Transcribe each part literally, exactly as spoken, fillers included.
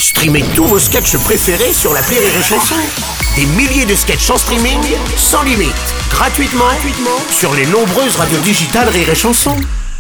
Streamez tous vos sketchs préférés sur l'appli Rire et Chanson. Des milliers de sketchs en streaming, sans limite, gratuitement, gratuitement sur les nombreuses radios digitales Rire et Chanson.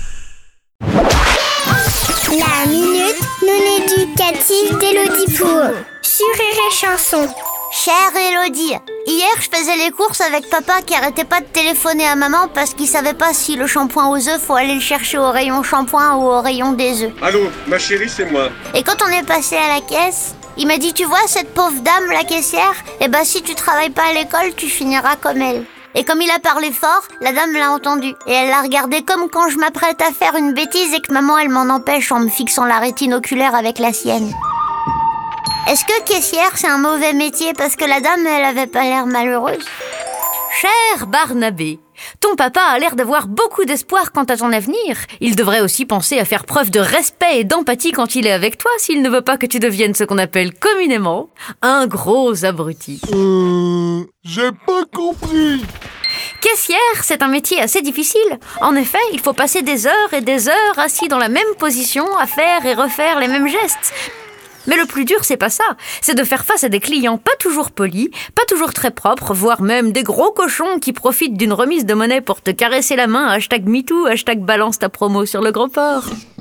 La minute non éducative d'Élodie Pou sur Rire et Chanson. Chère Élodie, hier je faisais les courses avec papa qui arrêtait pas de téléphoner à maman parce qu'il savait pas si le shampoing aux œufs faut aller le chercher au rayon shampoing ou au rayon des œufs. Allô, ma chérie, c'est moi. Et quand on est passé à la caisse, il m'a dit, tu vois cette pauvre dame, la caissière, eh ben si tu travailles pas à l'école, tu finiras comme elle. Et comme il a parlé fort, la dame l'a entendu. Et elle l'a regardé comme quand je m'apprête à faire une bêtise et que maman elle m'en empêche en me fixant la rétine oculaire avec la sienne. Est-ce que caissière c'est un mauvais métier parce que la dame elle avait pas l'air malheureuse? Cher Barnabé, ton papa a l'air d'avoir beaucoup d'espoir quant à ton avenir. Il devrait aussi penser à faire preuve de respect et d'empathie quand il est avec toi s'il ne veut pas que tu deviennes ce qu'on appelle communément un gros abruti. Euh... J'ai pas compris. Caissière, c'est un métier assez difficile. En effet, il faut passer des heures et des heures assis dans la même position à faire et refaire les mêmes gestes. Mais le plus dur, c'est pas ça. C'est de faire face à des clients pas toujours polis, pas toujours très propres, voire même des gros cochons qui profitent d'une remise de monnaie pour te caresser la main, hashtag MeToo, hashtag balance ta promo sur le gros port.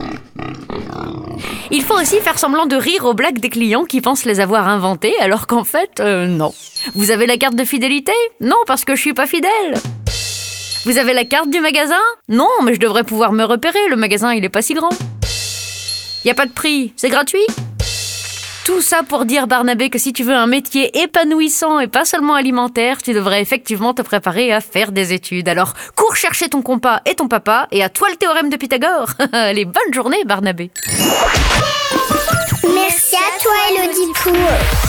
Il faut aussi faire semblant de rire aux blagues des clients qui pensent les avoir inventées, alors qu'en fait, euh, non. Vous avez la carte de fidélité? Non, parce que je suis pas fidèle. Vous avez la carte du magasin? Non, mais je devrais pouvoir me repérer, le magasin il est pas si grand. Y a pas de prix, c'est gratuit? Tout ça pour dire, Barnabé, que si tu veux un métier épanouissant et pas seulement alimentaire, tu devrais effectivement te préparer à faire des études. Alors, cours chercher ton compas et ton papa, et à toi le théorème de Pythagore. Allez, bonne journée, Barnabé. Merci à toi, Élodie Pou.